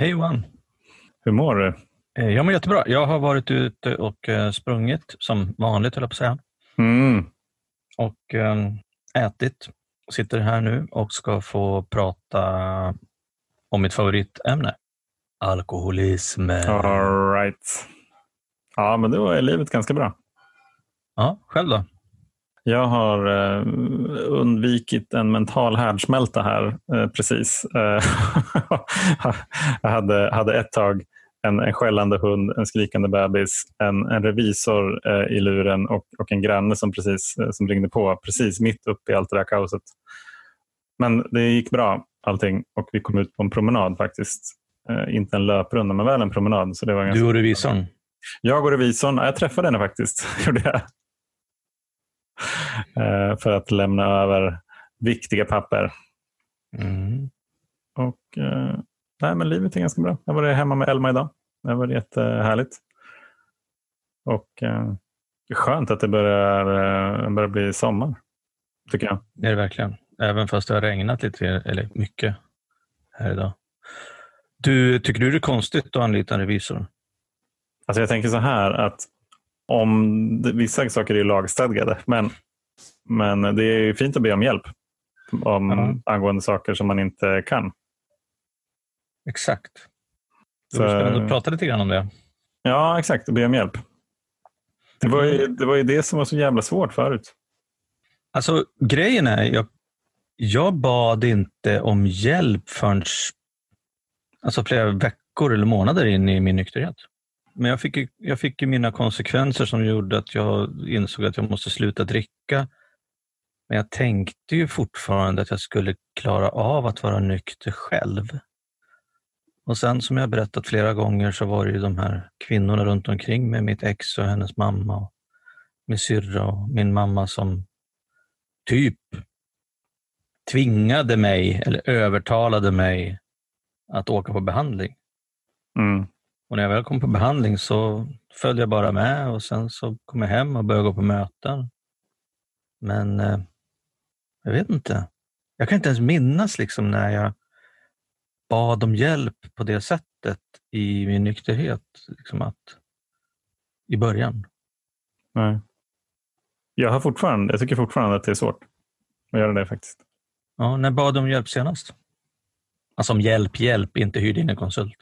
Hej Johan. Hur mår du? Jag mår jättebra. Jag har varit ute och sprungit som vanligt, höll jag på att säga. Och ätit. Sitter här nu och ska få prata om mitt favoritämne. Alkoholism. All right. Ja, men då är livet ganska bra. Ja, själv då? Jag har undvikit en mental härdsmälta här precis. Jag hade ett tag en skällande hund, en skrikande bebis, en revisor i luren och en granne som ringde på precis mitt uppe i allt det där kaoset. Men det gick bra allting och vi kom ut på en promenad faktiskt. Inte en löprunda men väl en promenad. Så det var du och revisorn? Jag och revisorn, jag träffade henne faktiskt. Gjorde jag. För att lämna över viktiga papper. Och nej, men livet är ganska bra. Jag var hemma med Elma idag. Det var jättehärligt. Och det är skönt att det börjar bli sommar, tycker jag. Det är det verkligen. Även fast det har regnat lite, eller mycket här idag. Tycker du det är konstigt att anlita en revisor? Alltså jag tänker så här att vissa saker är lagstadgade, men det är ju fint att be om hjälp angående saker som man inte kan. Exakt. Du ska ändå prata lite grann om det. Ja, exakt. Be om hjälp. Det var ju det som var så jävla svårt förut. Alltså grejen är, jag bad inte om hjälp förrän flera veckor eller månader in i min nykterhet. Men jag fick ju mina konsekvenser som gjorde att jag insåg att jag måste sluta dricka. Men jag tänkte ju fortfarande att jag skulle klara av att vara nykter själv. Och sen som jag berättat flera gånger så var det ju de här kvinnorna runt omkring med mitt ex och hennes mamma och min syrra och min mamma som typ tvingade mig eller övertalade mig att åka på behandling. Och när jag väl kom på behandling så följde jag bara med och sen så kom jag hem och började gå på möten. Men jag vet inte. Jag kan inte ens minnas liksom när jag bad om hjälp på det sättet i min nykterhet. Liksom i början. Nej. Jag tycker fortfarande att det är svårt att göra det faktiskt. Ja, när bad du om hjälp senast? Alltså om hjälp, inte hyrde in en konsult.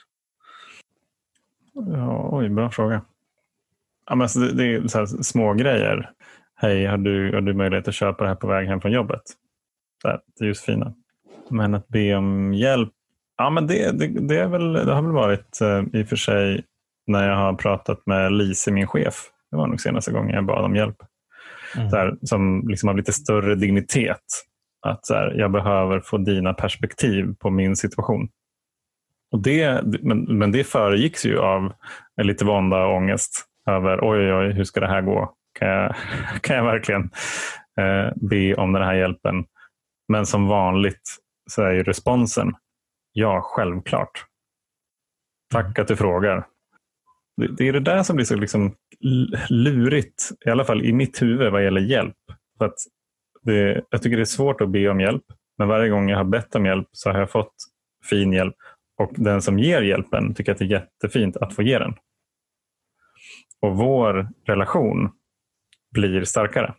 Ja, oj, bra fråga. Ja, men alltså det är så här små grejer. Hej, har du möjlighet att köpa det här på väg hem från jobbet? Det är just fina. Men att be om hjälp, ja men det har väl varit i och för sig när jag har pratat med Lise, min chef. Det var nog senaste gången jag bad om hjälp. Så här, som liksom har lite större dignitet. Att så här, jag behöver få dina perspektiv på min situation. Och men det föregicks ju av en lite vånda och ångest över oj, hur ska det här gå? Kan jag verkligen be om den här hjälpen? Men som vanligt så är ju responsen ja, självklart. Tack att du frågar. Det är det där som blir så liksom lurigt, i alla fall i mitt huvud vad gäller hjälp. För att jag tycker det är svårt att be om hjälp, men varje gång jag har bett om hjälp så har jag fått fin hjälp. Och den som ger hjälpen tycker att det är jättefint att få ge den. Och vår relation blir starkare.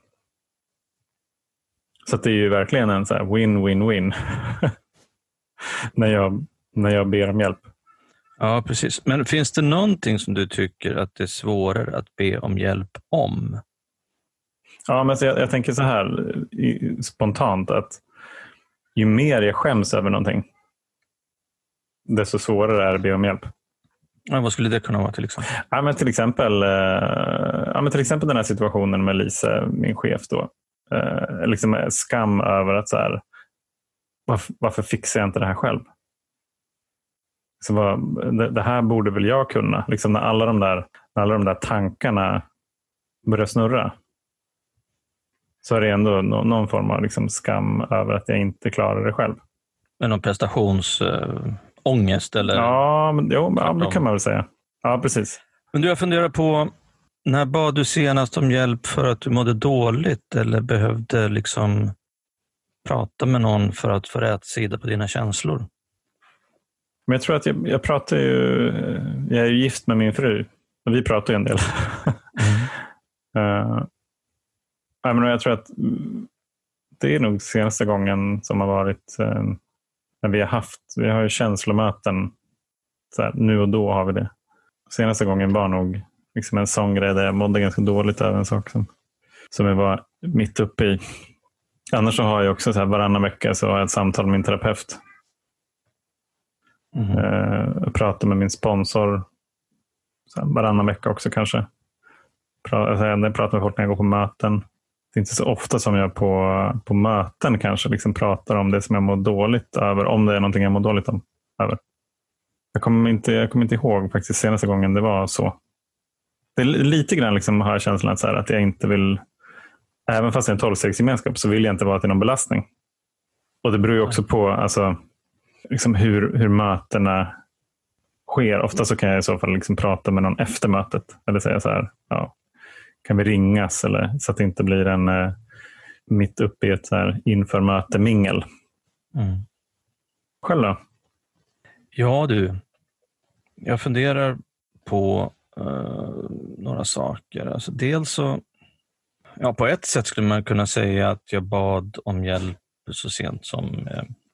Så att det är ju verkligen en så här win-win-win när jag ber om hjälp. Ja, precis. Men finns det någonting som du tycker att det är svårare att be om hjälp om? Ja, men så jag tänker så här spontant att ju mer jag skäms över någonting, desto svårare är det att be om hjälp. Ja, vad skulle det kunna vara till exempel? Ja, men till exempel den här situationen med Lise, min chef då. Liksom skam över att så här, varför fixar jag inte det här själv? Så det här borde väl jag kunna. Liksom när alla de där tankarna börjar snurra, så är det ändå någon form av liksom skam över att jag inte klarar det själv. Men någon prestationsångest? Eller? Ja, det kan man väl säga. Ja, precis. Men jag funderar på, när bad du senast om hjälp för att du mådde dåligt eller behövde liksom prata med någon för att få rätt sida på dina känslor? Men jag tror att jag pratar ju, jag är ju gift med min fru och vi pratar ju en del. Men jag tror att det är nog senaste gången som har varit när vi har ju känslomöten så här, nu och då har vi det. Senaste gången var nog liksom en sån grej där jag mådde ganska dåligt över en sak som jag var mitt uppe i. Annars så har jag också så här, varannan vecka så har jag ett samtal med min terapeut. Jag pratar med min sponsor så här, varannan vecka också kanske. Jag pratar med folk när jag går på möten. Det är inte så ofta som jag på möten kanske liksom pratar om det som jag mår dåligt över. Om det är någonting jag mår dåligt över. Jag kommer inte ihåg faktiskt senaste gången det var så. Det är lite grann liksom har jag känslan att jag inte vill, även fast det är en 12-stegsgemenskap så vill jag inte vara till någon belastning. Och det beror ju också på alltså, liksom hur mötena sker. Ofta så kan jag i så fall liksom prata med någon efter mötet. Eller säga så här, ja, kan vi ringas? Eller, så att det inte blir en mitt uppe i ett så här inför möte-mingel. Själv då? Ja du, jag funderar på några saker. Alltså dels så, ja, på ett sätt skulle man kunna säga att jag bad om hjälp så sent som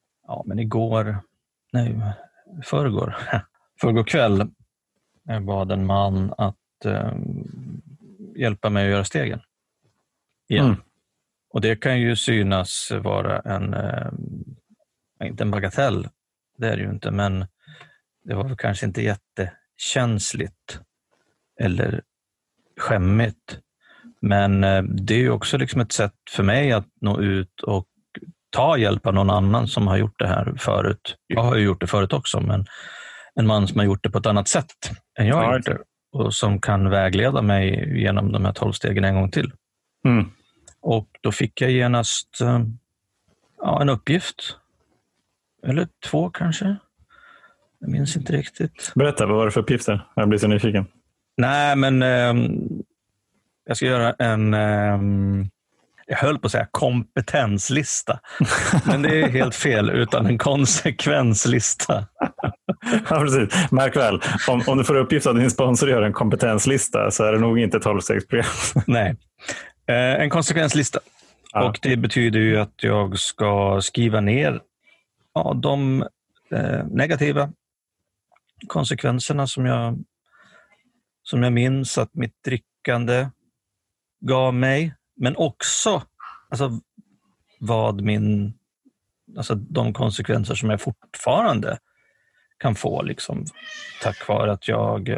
förrgår kväll. Jag bad en man att hjälpa mig att göra stegen igen. Och det kan ju synas vara inte en bagatell, det är det ju inte, men det var väl kanske inte jättekänsligt eller skämmigt. Men det är ju också liksom ett sätt för mig att nå ut och ta hjälp av någon annan som har gjort det här förut. Jag har ju gjort det förut också, men en man som har gjort det på ett annat sätt än jag har gjort det. Och som kan vägleda mig genom de här 12 stegen en gång till. Och då fick jag genast en uppgift. Eller 2 kanske. Jag minns inte riktigt. Berätta, vad var det för uppgifter? Jag blir så nyfiken. Nej, men jag ska göra jag höll på att säga kompetenslista. Men det är helt fel, utan en konsekvenslista. Ja, precis. Märk väl, om du får uppgift av din sponsor att göra en kompetenslista så är det nog inte 12-stegsprogram. Nej, en konsekvenslista. Ja. Och det betyder ju att jag ska skriva ner de negativa konsekvenserna som jag minns att mitt drickande gav mig. Men också alltså, de konsekvenser som jag fortfarande kan få liksom, tack vare att jag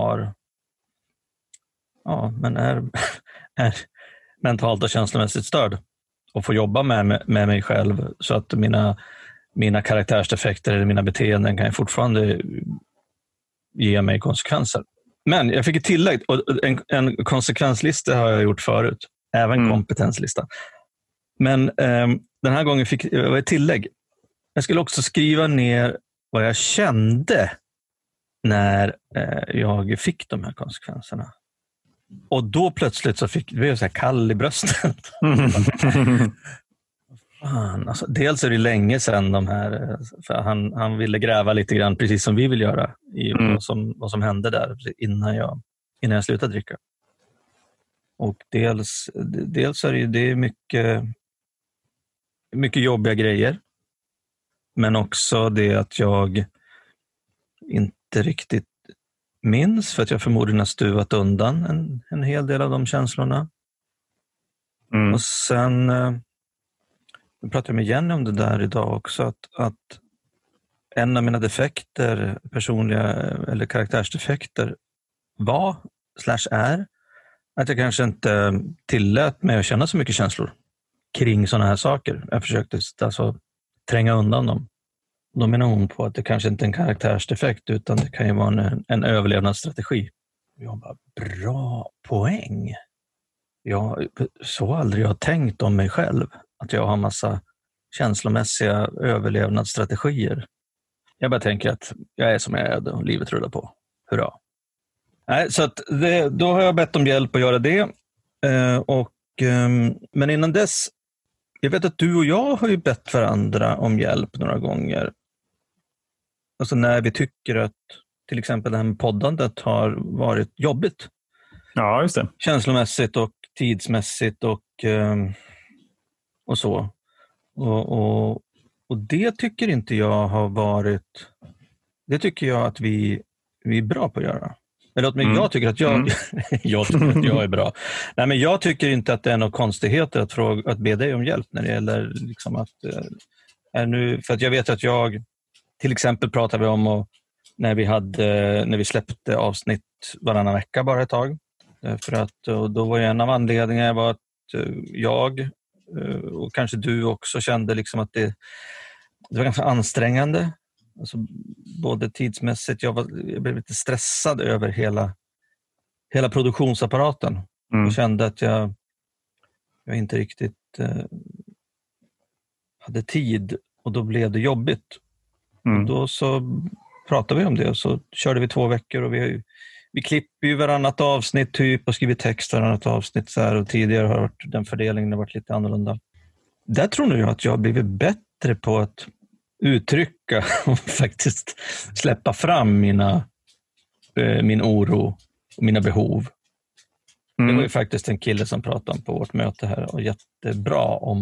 är mentalt och känslomässigt störd och får jobba med mig själv så att mina karaktärsdefekter eller mina beteenden kan fortfarande ge mig konsekvenser. Men jag fick ett tillägg, och en konsekvenslista har jag gjort förut, även kompetenslista. Men den här gången fick jag ett tillägg. Jag skulle också skriva ner vad jag kände när jag fick de här konsekvenserna. Och då plötsligt så blev jag så här kall i bröstet. Fan, alltså, dels är det länge sedan de här, för han ville gräva lite grann precis som vi vill göra i vad som hände där innan jag slutade dricka. Och dels är det är mycket jobbiga grejer, men också det att jag inte riktigt minns, för att jag förmodligen har stuvat undan en hel del av de känslorna. Och sen jag pratade med Jenny om det där idag också, att en av mina defekter, personliga eller karaktärsdefekter är att jag kanske inte tillät mig att känna så mycket känslor kring sådana här saker. Jag försökte alltså tränga undan dem. Då menar hon på att det kanske inte är en karaktärsdefekt, utan det kan ju vara en överlevnadsstrategi. Jag bara, bra poäng. Så aldrig jag har tänkt om mig själv. Att jag har massa känslomässiga överlevnadsstrategier. Jag bara tänker att jag är som jag är och livet rullar på. Hurra. Nej, så att då har jag bett om hjälp att göra det. Men innan dess, jag vet att du och jag har ju bett varandra om hjälp några gånger. alltså när vi tycker att till exempel det här med poddandet har varit jobbigt. Ja, just det. Känslomässigt och tidsmässigt och så. Och det tycker inte jag har varit... Det tycker jag att vi är bra på att göra. Eller åtminstone jag tycker att jag tycker att jag är bra. Nej, men jag tycker inte att det är några konstigheter att be dig om hjälp när det gäller liksom att... för att jag vet att till exempel pratade vi om när vi släppte avsnitt varannan vecka bara ett tag. För att och då var en av anledningarna var att jag och kanske du också kände liksom att det var ganska ansträngande. Alltså, både tidsmässigt, jag blev lite stressad över hela produktionsapparaten. Och kände att jag inte riktigt hade tid och då blev det jobbigt. Och då så pratade vi om det och så körde vi 2 veckor och vi klipper ju varannat avsnitt typ och skriver text varannat avsnitt så här, och tidigare har den fördelningen varit lite annorlunda. Där tror jag att jag har blivit bättre på att uttrycka och faktiskt släppa fram min oro och mina behov. Det var ju faktiskt en kille som pratade om på vårt möte här och jättebra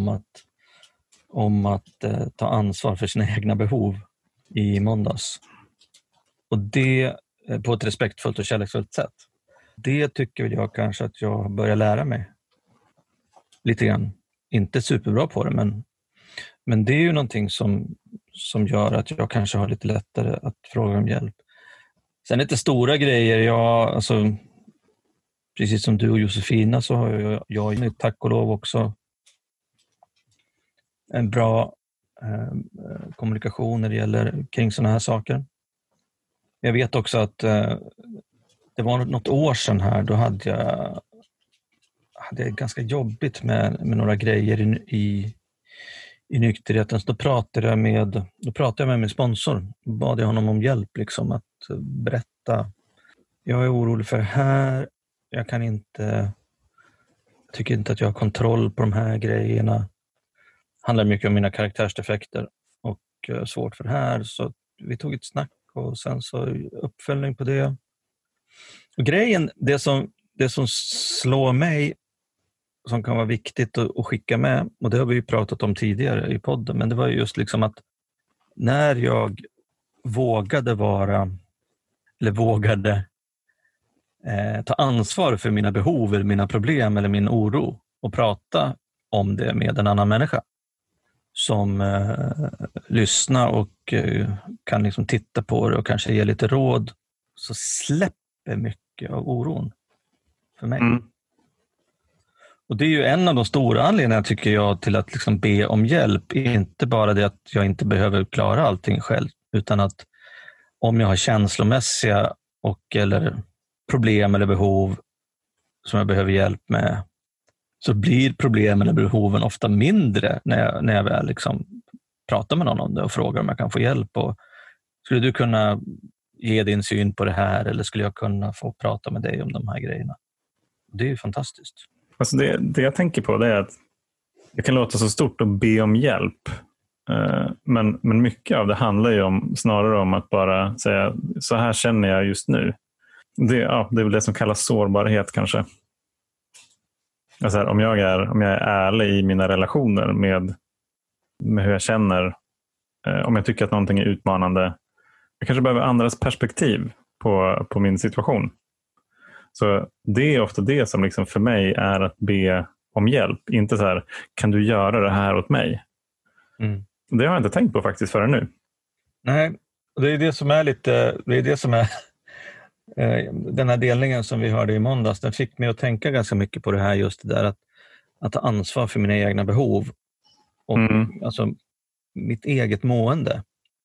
om att ta ansvar för sina egna behov i måndags. Och det på ett respektfullt och kärleksfullt sätt. Det tycker jag kanske att jag börjar lära mig lite grann. Inte superbra på det, men det är ju någonting som gör att jag kanske har lite lättare att fråga om hjälp. Sen lite stora grejer, alltså, precis som du och Josefina så har jag tack och lov också en bra kommunikation när det gäller kring sådana här saker. Jag vet också att det var något år sedan här, då hade jag ganska jobbigt med några grejer i nykterheten. Så då pratade jag med min sponsor. Då bad jag honom om hjälp liksom, att berätta. Jag är orolig för det här. Jag tycker inte att jag har kontroll på de här grejerna. Det handlar mycket om mina karaktärsdefekter och svårt för det här. Så vi tog ett snack och sen så uppföljning på det. Och grejen, det som slår mig som kan vara viktigt att skicka med, och det har vi ju pratat om tidigare i podden, men det var just liksom att när jag vågade ta ansvar för mina behov eller mina problem eller min oro och prata om det med en annan människa som lyssnar och kan liksom titta på det och kanske ge lite råd, så släpper mycket av oron för mig. Och det är ju en av de stora anledningarna tycker jag till att liksom be om hjälp. Inte bara det att jag inte behöver klara allting själv, utan att om jag har känslomässiga eller problem eller behov som jag behöver hjälp med, så blir problemen eller behoven ofta mindre när jag väl liksom pratar med någon om det och frågar om jag kan få hjälp. Och skulle du kunna ge din syn på det här, eller skulle jag kunna få prata med dig om de här grejerna? Det är ju fantastiskt. Alltså det jag tänker på, det är att det kan låta så stort att be om hjälp. Men mycket av det handlar ju snarare om att bara säga, så här känner jag just nu. Det är väl det som kallas sårbarhet kanske. Alltså här, om jag är ärlig i mina relationer med hur jag känner, om jag tycker att någonting är utmanande, jag kanske behöver andras perspektiv på min situation. Så det är ofta det som liksom för mig är att be om hjälp. Inte så här, kan du göra det här åt mig? Det har jag inte tänkt på faktiskt förrän nu. Nej, det är det som är den här delningen som vi hörde i måndags. Den fick mig att tänka ganska mycket på det här, just det där att ta ansvar för mina egna behov och alltså mitt eget mående.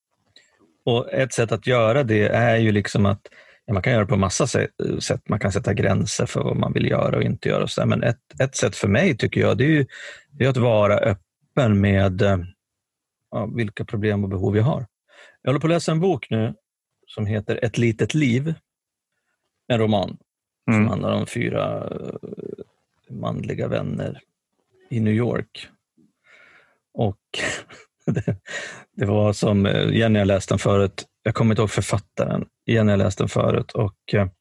Och ett sätt att göra det är ju liksom att man kan göra det på massa sätt. Man kan sätta gränser för vad man vill göra och inte göra. Och så. Men ett sätt för mig tycker jag, det är att vara öppen med vilka problem och behov jag har. Jag håller på att läsa en bok nu som heter Ett litet liv. En roman som handlar om 4 manliga vänner i New York. Och det var som Jenny har läst den förut. jag kommer inte ihåg författaren, igen jag läste den förut, och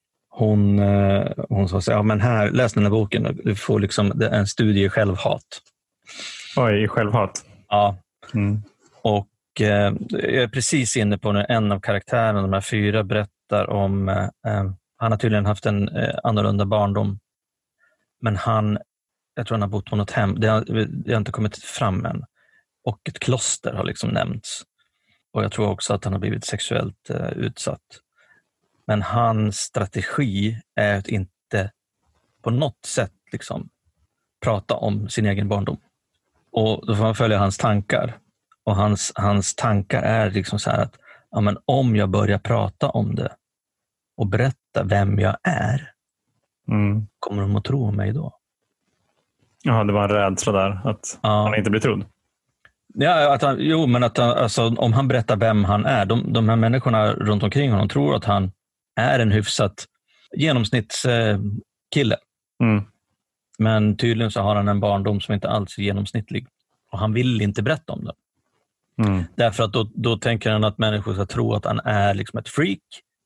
hon sa så här, ja men här, läs den här boken, du får liksom, det är en studie i självhat. Oj, i självhat? Ja, och jag är precis inne på när en av karaktärerna, de här 4, berättar om, han har tydligen haft en annorlunda barndom, men jag tror han har bott på något hem, det har inte kommit fram än, och ett kloster har liksom nämnts, och jag tror också att han har blivit sexuellt utsatt. Men hans strategi är att inte på något sätt liksom prata om sin egen barndom. Och då får man följa hans tankar. Och hans tankar är liksom så här att ja, men om jag börjar prata om det och berätta vem jag är, kommer de att tro mig då? Ja, det var en rädsla där att han inte blir trodd. Ja, alltså, om han berättar vem han är, de här människorna runt omkring honom tror att han är en hyfsat genomsnittskille. Men tydligen så har han en barndom som inte alls är genomsnittlig. Och han vill inte berätta om det. Därför att då tänker han att människor ska tro att han är liksom ett freak,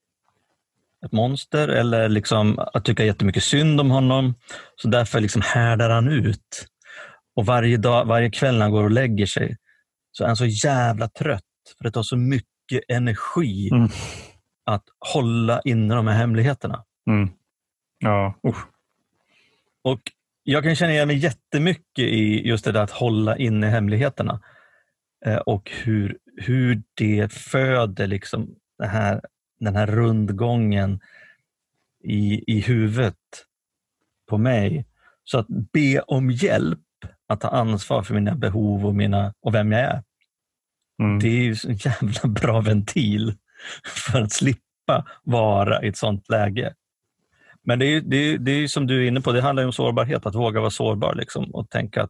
ett monster, eller liksom att tycka jättemycket synd om honom. Så därför liksom härdar han ut. Och varje kväll när han går och lägger sig så är han så jävla trött. För det tar så mycket energi att hålla inne de här hemligheterna. Ja. Och jag kan känna igen mig jättemycket i just det där att hålla inne hemligheterna. Och hur det föder liksom den här rundgången i huvudet på mig. Så att be om hjälp att ta ansvar för mina behov och vem jag är. Det är ju en jävla bra ventil för att slippa vara i ett sånt läge. Men det är ju som du är inne på, det handlar ju om sårbarhet, att våga vara sårbar liksom, och tänka att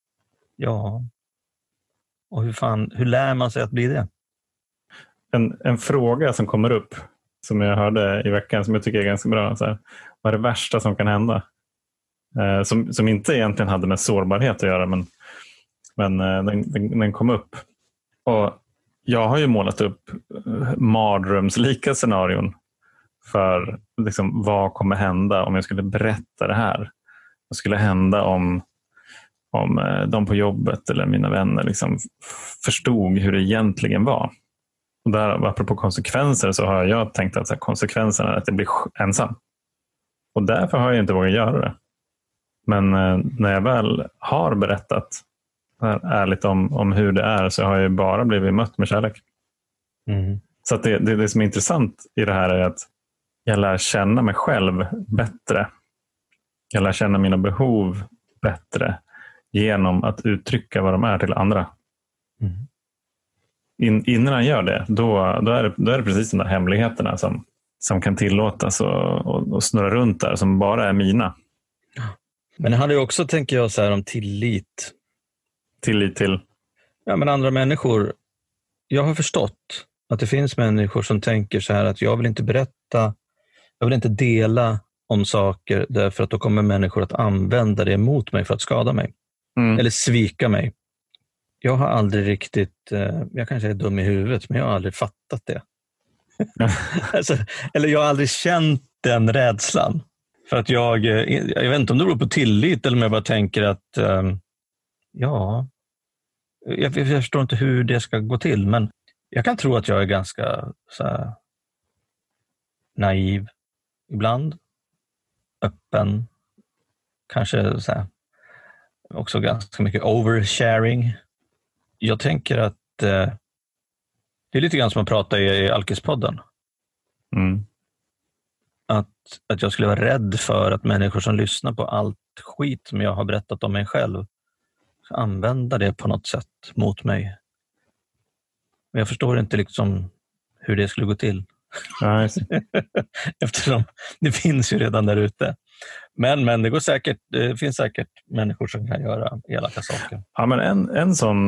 och hur lär man sig att bli det? En fråga som kommer upp, som jag hörde i veckan, som jag tycker är ganska bra. Så här, vad är det värsta som kan hända? Som inte egentligen hade med sårbarhet att göra, men den kom upp. Och jag har ju målat upp mardrömslika scenarion för liksom, vad kommer hända om jag skulle berätta det här. Vad skulle hända om de på jobbet eller mina vänner liksom förstod hur det egentligen var. Och där, apropå konsekvenser, så har jag tänkt att konsekvenserna är att jag blir ensam. Och därför har jag inte vågat göra det. Men när jag väl har berättat ärligt om hur det är, så har jag bara blivit mött med kärlek. Så att det som är intressant i det här är att jag lär känna mig själv bättre. Jag lär känna mina behov bättre genom att uttrycka vad de är till andra. Innan jag gör det, då är det precis de där hemligheterna som kan tillåtas och snurra runt där, som bara är mina. Men det handlar ju också, tänker jag, så här om tillit. Tillit till? Ja, men andra människor. Jag har förstått att det finns människor som tänker så här att jag vill inte berätta, jag vill inte dela om saker därför att då kommer människor att använda det emot mig för att skada mig. Eller svika mig. Jag har aldrig riktigt, jag kanske är dum i huvudet, men jag har aldrig fattat det. Alltså, eller jag har aldrig känt den rädslan. För att jag vet inte om det beror på tillit eller om jag bara tänker att jag förstår inte hur det ska gå till, men jag kan tro att jag är ganska så här, naiv ibland, öppen, kanske så här, också ganska mycket oversharing. Jag tänker att det är lite grann som att prata i Alkispodden. Att jag skulle vara rädd för att människor som lyssnar på allt skit som jag har berättat om mig själv ska använda det på något sätt mot mig. Men jag förstår inte liksom hur det skulle gå till. Eftersom det finns ju redan där ute. Men det går säkert, det finns säkert människor som kan göra elaka saker. Ja, men en sån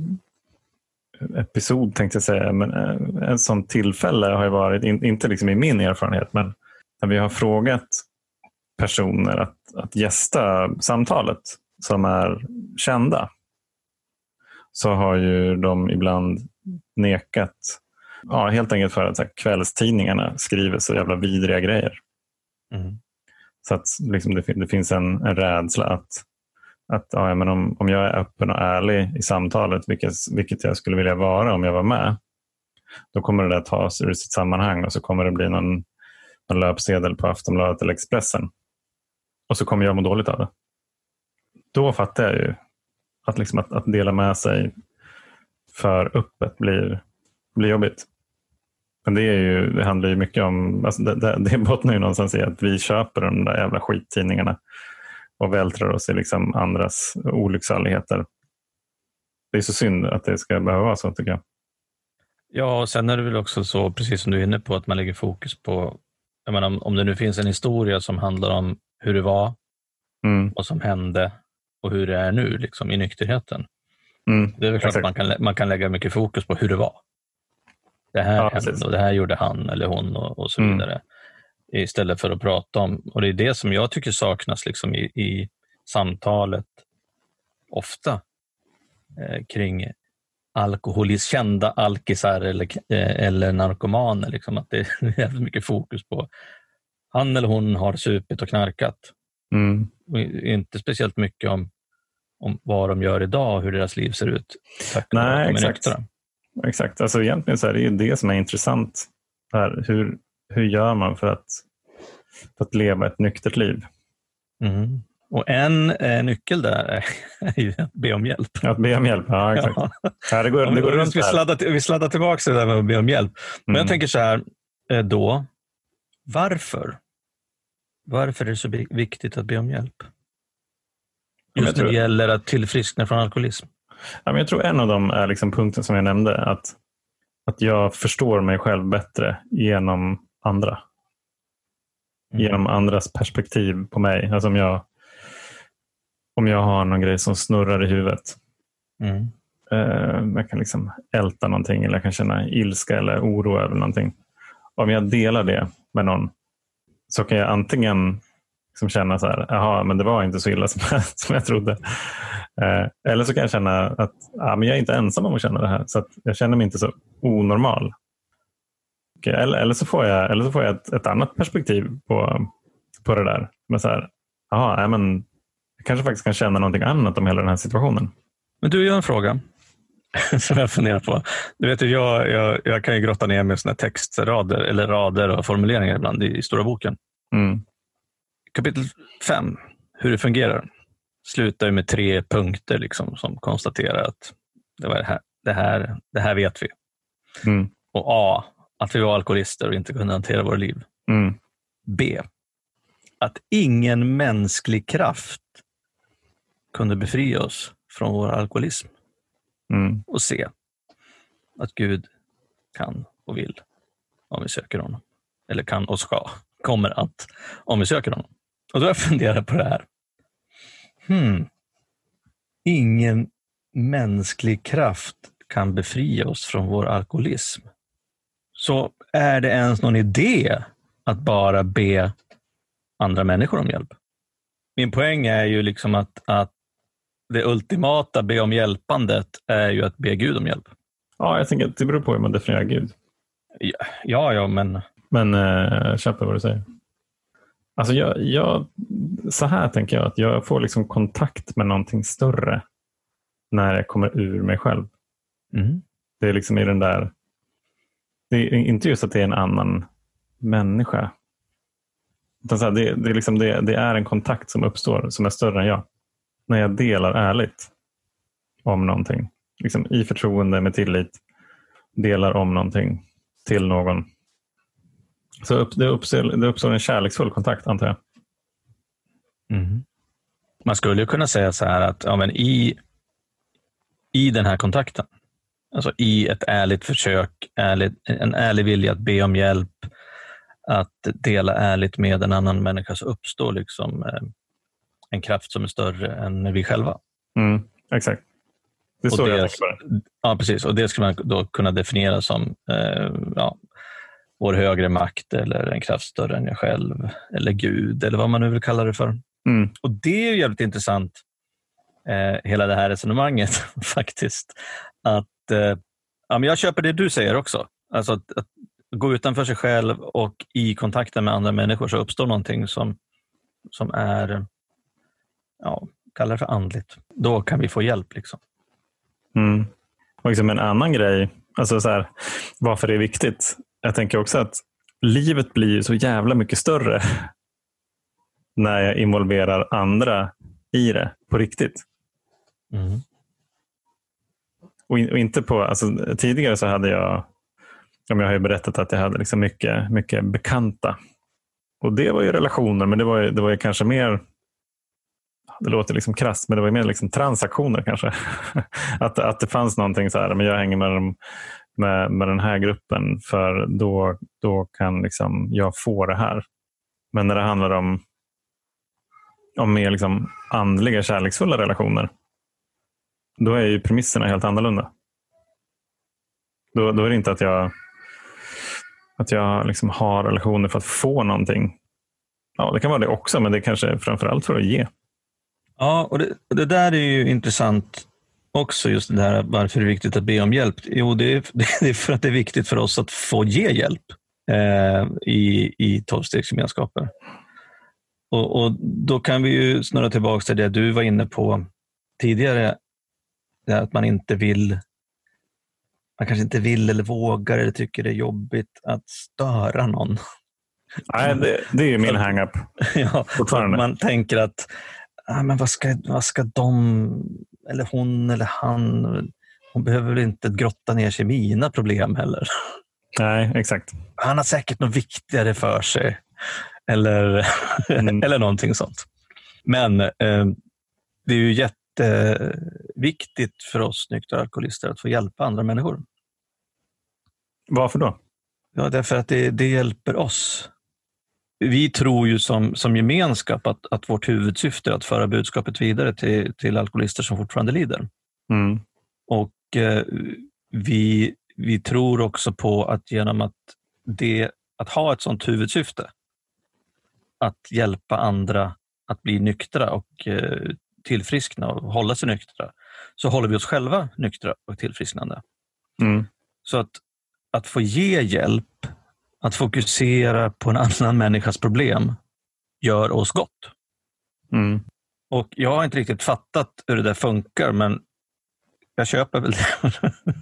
episod tänkte jag säga, men en sån tillfälle har ju varit, inte liksom i min erfarenhet, men när vi har frågat personer att gästa samtalet som är kända, så har ju de ibland nekat Ja, helt enkelt för att så här, kvällstidningarna skriver så jävla vidriga grejer. Så att liksom, det finns en rädsla att ja, men om jag är öppen och ärlig i samtalet, vilket jag skulle vilja vara om jag var med, då kommer det där tas ur sitt sammanhang och så kommer det bli någon löpsedel på Aftonbladet eller Expressen. Och så kommer jag må dåligt av det. Då fattar jag ju att dela med sig för öppet blir jobbigt. Men det handlar ju mycket om, alltså det bottnar ju någonstans i att vi köper de där jävla skittidningarna och vältrar oss i liksom andras olycksaligheter. Det är så synd att det ska behöva vara så, tycker jag. Ja, och sen är det väl också så, precis som du är inne på, att man lägger fokus på, jag menar, om det nu finns en historia som handlar om hur det var, vad som hände och hur det är nu liksom, i nykterheten. Det är väl klart att man kan lägga mycket fokus på hur det var. Det här hände och det här gjorde han eller hon och så vidare. Istället för att prata om, och det är det som jag tycker saknas liksom i samtalet ofta kring kända alkisar eller narkomaner. Liksom, att det är jävligt mycket fokus på han eller hon har supit och knarkat. Och inte speciellt mycket om vad de gör idag och hur deras liv ser ut. Nej, exakt. Alltså egentligen så är det ju det som är intressant här. Hur gör man för att leva ett nyktert liv? Och en nyckel där är ju att be om hjälp. Att be om hjälp, ja exakt. Ja, det går runt vi sladdar tillbaka det där med att be om hjälp. Men jag tänker så här då. Varför är det så viktigt att be om hjälp? Just när det gäller att tillfriskna från alkoholism. Ja, men jag tror en av dem är liksom punkten som jag nämnde. Att jag förstår mig själv bättre genom andra. Genom andras perspektiv på mig. Alltså om jag har någon grej som snurrar i huvudet. Jag kan liksom älta någonting eller jag kan känna ilska eller oro över någonting. Om jag delar det med någon så kan jag antingen liksom känna så här, jaha, men det var inte så illa som jag trodde. Eller så kan jag känna att men jag är inte ensam om att känna det här. Så att jag känner mig inte så onormal. Eller så får jag ett annat perspektiv på det där. Men så här, men jag kanske faktiskt kan känna någonting annat om hela den här situationen. Men du, gör en fråga som jag funderar på. Du vet, jag kan ju grotta ner med såna textrader eller rader och formuleringar ibland i stora boken. Kapitel 5, hur det fungerar, slutar ju med 3 punkter liksom, som konstaterar att det var det här vet vi. Och A, att vi var alkoholister och inte kunde hantera våra liv. B, att ingen mänsklig kraft kunde befria oss från vår alkoholism. Och C, att Gud kan och vill om vi söker honom. Eller kan och kommer att om vi söker honom. Och då har jag funderat på det här. Ingen mänsklig kraft kan befria oss från vår alkoholism. Så är det ens någon idé att bara be andra människor om hjälp? Min poäng är ju liksom att det ultimata be om hjälpandet är ju att be Gud om hjälp. Ja, jag tänker att det beror på hur man definierar Gud. Ja, men... Men köper vad du säger. Alltså så här tänker jag att jag får liksom kontakt med någonting större när jag kommer ur mig själv. Det är liksom i den där... Det är inte just att det är en annan människa. Utan så här, det är liksom det är en kontakt som uppstår som är större än jag. När jag delar ärligt om någonting. Liksom i förtroende med tillit. Delar om någonting till någon. Så det uppstår en kärleksfull kontakt, antar jag. Man skulle ju kunna säga så här att i den här kontakten, alltså i ett ärligt försök, en ärlig vilja att be om hjälp, att dela ärligt med en annan människa, så uppstår liksom en kraft som är större än vi själva. Exakt. Det är så jag tänker på det. Ja, precis. Och det skulle man då kunna definiera som vår högre makt eller en kraft större än jag själv eller Gud eller vad man nu vill kalla det för. Och det är ju jävligt intressant, hela det här resonemanget faktiskt. Att men jag köper det du säger också. Alltså att gå utanför sig själv och i kontakten med andra människor så uppstår någonting som är, ja, kallar det för andligt. Då kan vi få hjälp liksom. Mm. Och liksom en annan grej, alltså så här, varför det är viktigt. Jag tänker också att livet blir så jävla mycket större när jag involverar andra i det på riktigt. Mm. Och inte på, alltså, tidigare så hade jag har ju berättat att jag hade liksom mycket bekanta. Och det var ju relationer, men det var ju kanske mer, det låter liksom krasst, men det var ju mer liksom transaktioner kanske. att det fanns någonting så här, men jag hänger med den här gruppen för då kan liksom jag få det här. Men när det handlar om mer liksom andliga, kärleksfulla relationer, då är ju premisserna helt annorlunda. Då är det inte att jag liksom har relationer för att få någonting. Ja, det kan vara det också, men det är kanske framförallt för att ge. Ja, och det där är ju intressant också, just det här varför det är viktigt att be om hjälp. Jo, det är för att det är viktigt för oss att få ge hjälp i 12-stegsgemenskaper. Och då kan vi ju snurra tillbaka till det du var inne på tidigare, att man kanske inte vill eller vågar eller tycker det är jobbigt att störa någon. Nej, det är ju min hang-up. Ja, fortfarande. Man tänker att men vad ska de, eller hon eller hon behöver väl inte grotta ner sig i mina problem heller. Nej, exakt. Han har säkert något viktigare för sig. Eller, eller någonting sånt. Men det är ju jätteviktigt för oss nyktra alkoholister att få hjälpa andra människor. Varför då? Ja, därför att det hjälper oss. Vi tror ju som gemenskap att vårt huvudsyfte är att föra budskapet vidare till alkoholister som fortfarande lider. Mm. Och vi tror också på att genom att ha ett sånt huvudsyfte, att hjälpa andra att bli nyktra och tillfriskna och hålla sig nyktra, så håller vi oss själva nyktra och tillfrisknande. Mm. Så att få ge hjälp, att fokusera på en annan människas problem gör oss gott. Mm. Och jag har inte riktigt fattat hur det där funkar, men jag köper väl det.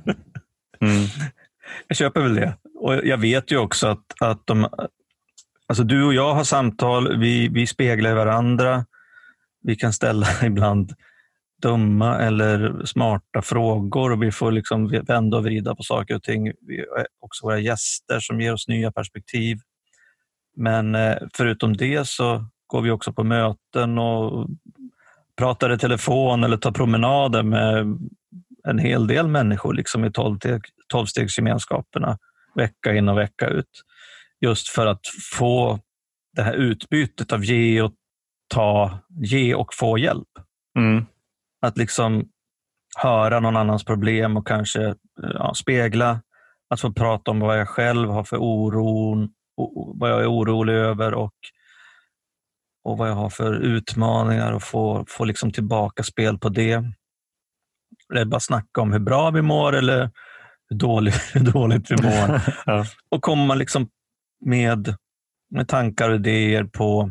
Jag köper väl det. Och jag vet ju också att alltså du och jag har samtal, vi speglar varandra. Vi kan ställa ibland dumma eller smarta frågor och vi får liksom vända och vrida på saker och ting. Vi har också våra gäster som ger oss nya perspektiv. Men förutom det så går vi också på möten och pratar i telefon eller tar promenader med en hel del människor liksom i 12-stegsgemenskaperna vecka in och vecka ut. Just för att få det här utbytet av ge och få hjälp. Mm. Att liksom höra någon annans problem och kanske spegla. Att få prata om vad jag själv har för oro, vad jag är orolig över och vad jag har för utmaningar och få liksom tillbaka spel på det. Eller bara snacka om hur bra vi mår eller hur dåligt vi mår. Ja. Och komma liksom med tankar och idéer på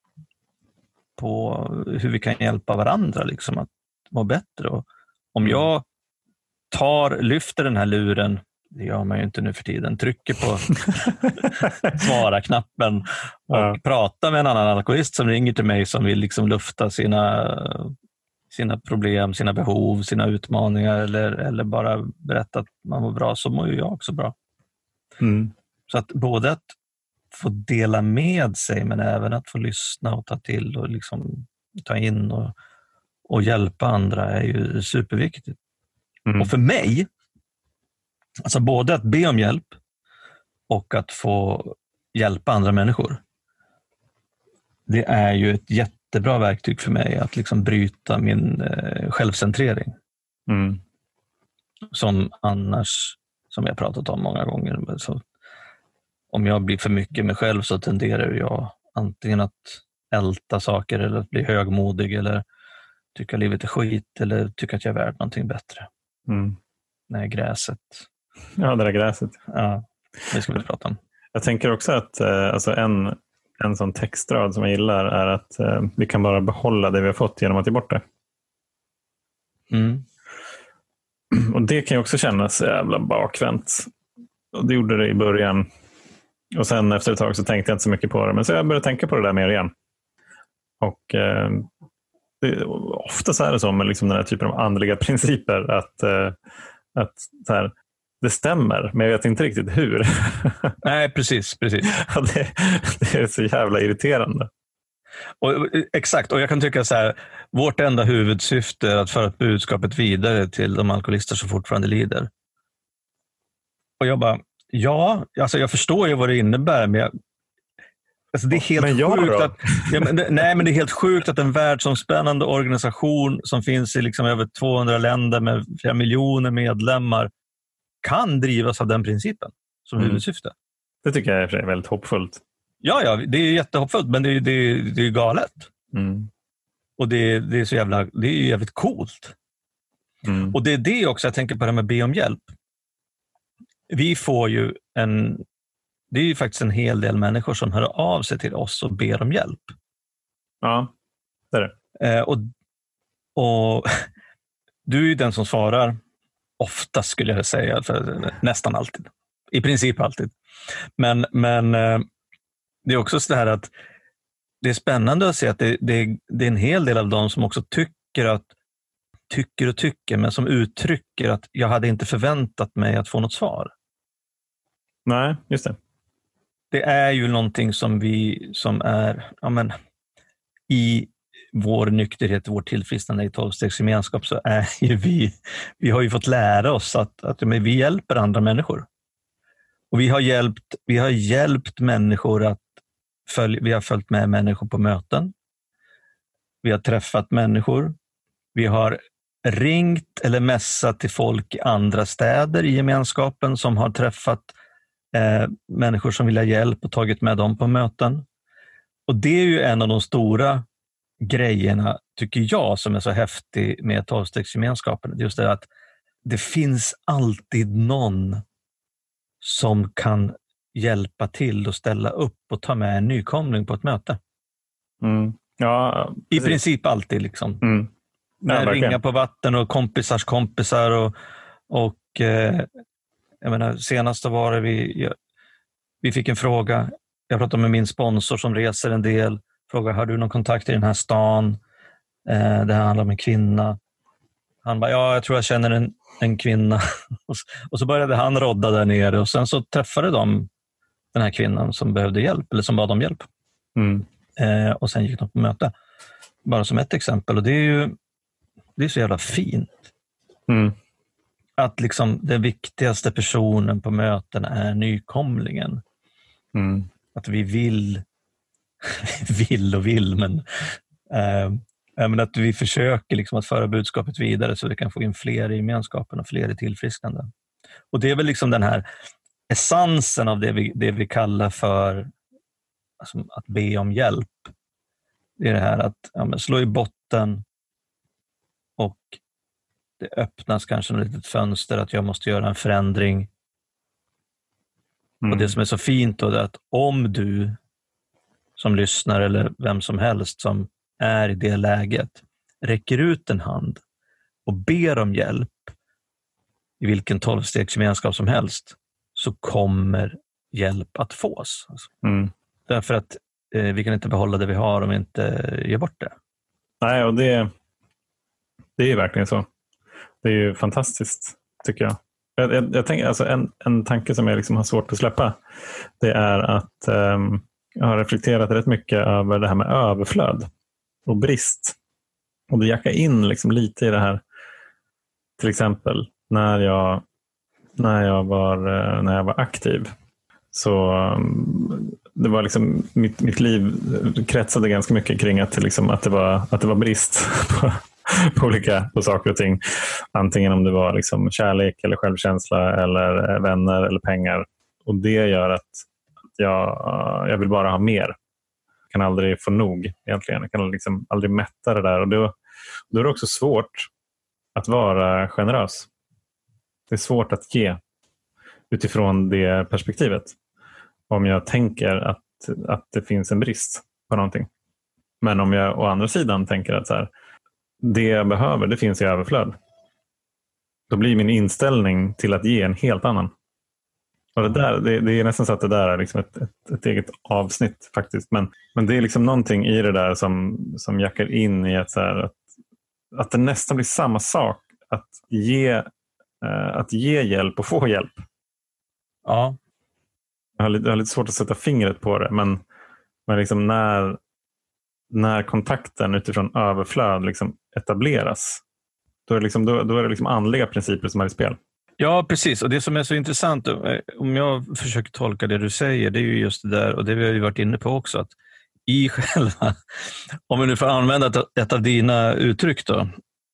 hur vi kan hjälpa varandra liksom att må bättre. Och om jag lyfter den här luren, det gör man ju inte nu för tiden, trycker på svara-knappen och pratar med en annan alkoholist som ringer till mig som vill liksom lufta sina problem, sina behov, sina utmaningar eller bara berätta att man mår bra, så mår ju jag också bra. Mm. Så att både att få dela med sig men även att få lyssna och ta till och liksom ta in och hjälpa andra är ju superviktigt. Mm. Och för mig, alltså både att be om hjälp och att få hjälpa andra människor, det är ju ett jättebra verktyg för mig att liksom bryta min självcentrering. Mm. Som annars, som jag pratat om många gånger, så om jag blir för mycket mig själv så tenderar jag antingen att älta saker eller att bli högmodig eller tycka livet är skit eller tycka att jag är värd någonting bättre. Mm. När gräset Ja, det där gräset. Ja, det ska vi prata om. Jag tänker också att alltså en sån textrad som jag gillar är att vi kan bara behålla det vi har fått genom att ge bort det. Mm. Och det kan ju också kännas jävla bakvänt. Och det gjorde det i början. Och sen efter ett tag så tänkte jag inte så mycket på det. Men så jag började tänka på det där mer igen. Och ofta så är det så med liksom den här typen av andliga principer att så här, det stämmer, men jag vet inte riktigt hur. Nej, precis. Ja, det är så jävla irriterande. Exakt, och jag kan tycka så här, vårt enda huvudsyfte är att föra budskapet vidare till de alkoholister som fortfarande lider. Och jag bara, ja, alltså jag förstår ju vad det innebär, men alltså det är helt sjukt att, men det är helt sjukt att en världsomspännande organisation som finns i liksom över 200 länder med flera miljoner medlemmar kan drivas av den principen som huvudsyfte. Det tycker jag är väldigt hoppfullt. Ja, det är jättehoppfullt, men det är galet. Och det är så jävla, det är jävligt coolt. Och det är det också jag tänker på, det med be om hjälp. Vi får ju det är ju faktiskt en hel del människor som hör av sig till oss och ber om hjälp. Ja, det är det. Och du är ju den som svarar oftast, skulle jag säga, för nästan alltid. I princip alltid. Men det är också så här att det är spännande att se att det är en hel del av dem som också tycker, men som uttrycker att jag hade inte förväntat mig att få något svar. Nej, just det. Det är ju någonting som vi som är i vår nykterhet, vår tillfrisknande i 12-stegsgemenskap, så är ju vi har ju fått lära oss att vi hjälper andra människor. Och vi har hjälpt människor vi har följt med människor på möten. Vi har träffat människor. Vi har ringt eller messat till folk i andra städer i gemenskapen som har träffat människor som vill ha hjälp och tagit med dem på möten. Och det är ju en av de stora grejerna, tycker jag, som är så häftig med 12-stegsgemenskapen. Just det att det finns alltid någon som kan hjälpa till och ställa upp och ta med en nykomling på ett möte. Ja, i princip alltid liksom. Ringa på vatten och kompisars kompisar och jag menar, senast var det vi fick en fråga. Jag pratade med min sponsor som reser en del. Frågade, har du någon kontakt i den här stan? Det här handlar om en kvinna. Han bara, ja, jag tror jag känner en kvinna. Och så började han rodda där nere och sen så träffade de den här kvinnan som behövde hjälp eller som bad om hjälp. Och sen gick de på möte. Bara som ett exempel. Och det är så jävla fint. Att liksom den viktigaste personen på möten är nykomlingen. Att vi vill, men att vi försöker liksom att föra budskapet vidare så vi kan få in fler i gemenskapen och fler i tillfrisknande. Och det är väl liksom den här essensen av det vi kallar för alltså, att be om hjälp. Det är det här att slå i botten och det öppnas kanske ett litet fönster att jag måste göra en förändring. Och det som är så fint då är att om du som lyssnar eller vem som helst som är i det läget räcker ut en hand och ber om hjälp i vilken 12-stegsgemenskap som helst, så kommer hjälp att fås. Alltså. Därför att vi kan inte behålla det vi har om vi inte ger bort det. Nej, och det är verkligen så. Det är ju fantastiskt, tycker jag. Jag tänker, alltså en tanke som jag liksom har svårt att släppa, det är att jag har reflekterat rätt mycket över det här med överflöd och brist. Och det jackar in liksom lite i det här. Till exempel när jag var aktiv, så det var liksom mitt liv kretsade ganska mycket kring att det var brist på saker och ting. Antingen om det var liksom kärlek eller självkänsla eller vänner eller pengar. Och det gör att jag vill bara ha mer. Jag kan aldrig få nog egentligen. Jag kan liksom aldrig mätta det där. Och då är det också svårt att vara generös. Det är svårt att ge. utifrån det perspektivet. Om jag tänker att det finns en brist på någonting. Men om jag å andra sidan tänker att så här, det jag behöver, det finns i överflöd. Då blir min inställning till att ge en helt annan. Och det är nästan så att det där är liksom ett eget avsnitt faktiskt. Men det är liksom någonting i det där som jackar in i att, så här, att det nästan blir samma sak att ge hjälp och få hjälp. Ja. Jag har lite svårt att sätta fingret på det, men liksom när kontakten utifrån överflöd liksom etableras, då är det liksom andliga principer som är i spel. Ja, precis. Och det som är så intressant, om jag försöker tolka det du säger, det är ju just det där, och det vi har ju varit inne på också, att i själva, om vi nu får använda ett av dina uttryck då,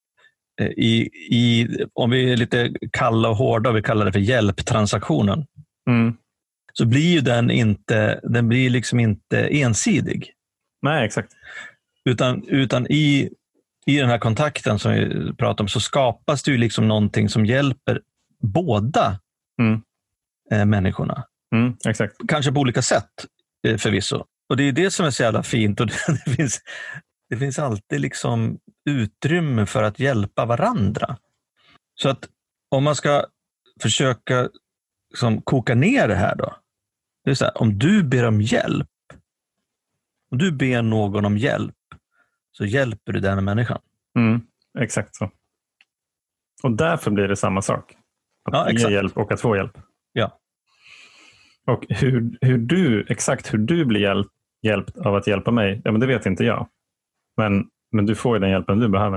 om vi är lite kalla och hårda, vi kallar det för hjälptransaktionen, så blir ju den blir liksom inte ensidig. Nej, exakt. Utan i den här kontakten som vi pratar om, så skapas det ju liksom någonting som hjälper båda människorna. Exakt. Kanske på olika sätt förvisso. Och det är det som är så jävla fint. Och det finns alltid liksom utrymme för att hjälpa varandra. Så att om man ska försöka liksom koka ner det här då. Det är så här, om du ber om hjälp, om du ber någon om hjälp, så hjälper du den människan. Exakt så. Och därför blir det samma sak. Att ge hjälp och att få hjälp. Ja. Och hur du blir hjälpt av att hjälpa mig, ja, men det vet inte jag. Men du får ju den hjälpen du behöver.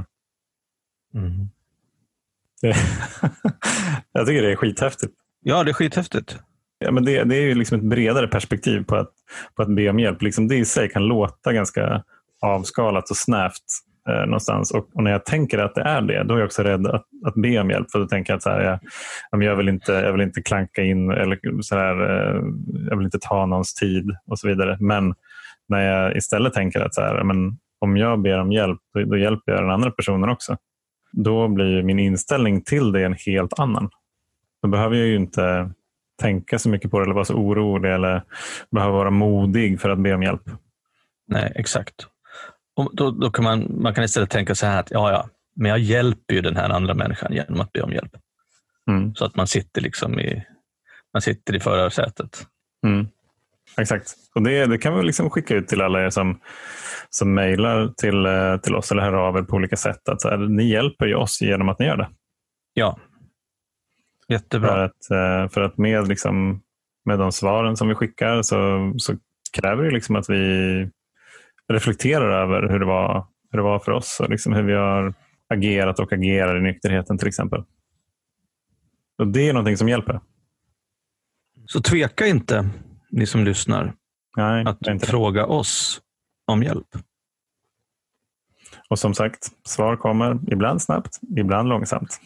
Jag tycker det är skithäftigt. Ja, det är skithäftigt. Ja, men det är ju liksom ett bredare perspektiv på att be om hjälp. Liksom det i sig kan låta ganska avskalat och snävt någonstans. Och när jag tänker att det är det, då är jag också rädd att be om hjälp. För då tänker jag att så här, jag vill inte klanka in eller så här, jag vill inte ta någons tid och så vidare. Men när jag istället tänker att så här, men om jag ber om hjälp, då hjälper jag den andra personen också. Då blir min inställning till det en helt annan. Då behöver jag ju inte tänka så mycket på det eller vara så orolig eller behöva vara modig för att be om hjälp. Nej, exakt. Och då kan man kan istället tänka så här att men jag hjälper ju den här andra människan genom att be om hjälp. Så att man sitter liksom i förarsätet. Exakt. Och det kan vi liksom skicka ut till alla er som mejlar till oss eller hör av er på olika sätt. Att så här, ni hjälper ju oss genom att ni gör det. Ja. Jättebra. För att med de svaren som vi skickar så kräver det liksom att vi reflekterar över hur det var för oss och liksom hur vi har agerat och agerar i nykterheten till exempel. Och det är någonting som hjälper. Så tveka inte, ni som lyssnar, att fråga oss om hjälp. Och som sagt, svar kommer ibland snabbt, ibland långsamt.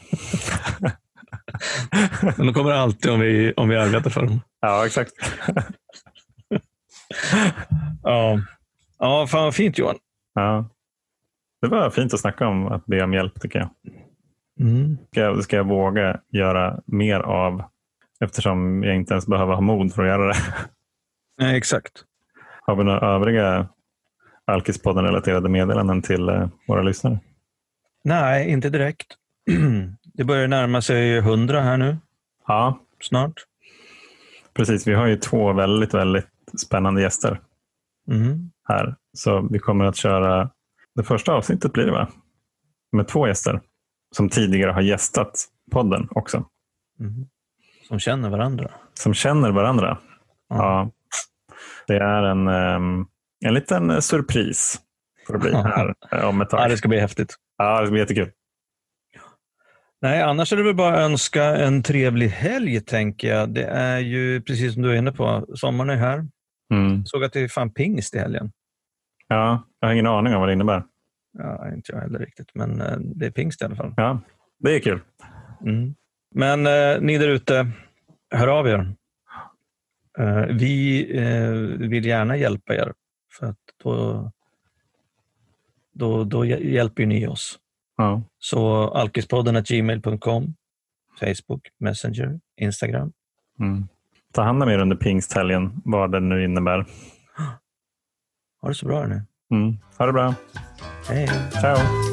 Men de kommer alltid om vi arbetar för dem. Ja, exakt. Ja, fan vad fint, Johan. Ja. Det var fint att snacka om att be om hjälp, tycker jag. Det ska jag våga göra mer av, eftersom jag inte ens behöver ha mod för att göra det. Nej, exakt. Har vi några övriga Alkispodden-relaterade meddelanden till våra lyssnare? Nej, inte direkt. Det börjar närma sig 100 här nu. Ja. Snart. Precis, vi har ju 2 väldigt, väldigt spännande gäster här. Så vi kommer att köra det första avsnittet, blir det va? Med 2 gäster som tidigare har gästat podden också. Som känner varandra. Som känner varandra. Ja. Det är en liten surpris för att bli här om ett tag. Ja, det ska bli häftigt. Ja, det ska bli jättekul. Nej, annars är det väl bara att önska en trevlig helg, tänker jag. Det är ju precis som du är inne på. Sommaren är här. Såg att det är fan pingst i helgen. Ja, jag har ingen aning om vad det innebär. Ja, inte jag heller riktigt. Men det är pingst i alla fall. Ja, det är kul. Men ni där ute, hör av er. Vi vill gärna hjälpa er. För att då hjälper ni oss. Ja. Så alkispodden@gmail.com, Facebook, Messenger, Instagram. Ta hand om er under pingsthelgen, vad det nu innebär. Ha det så bra nu. Ha det bra. Hej. Ciao.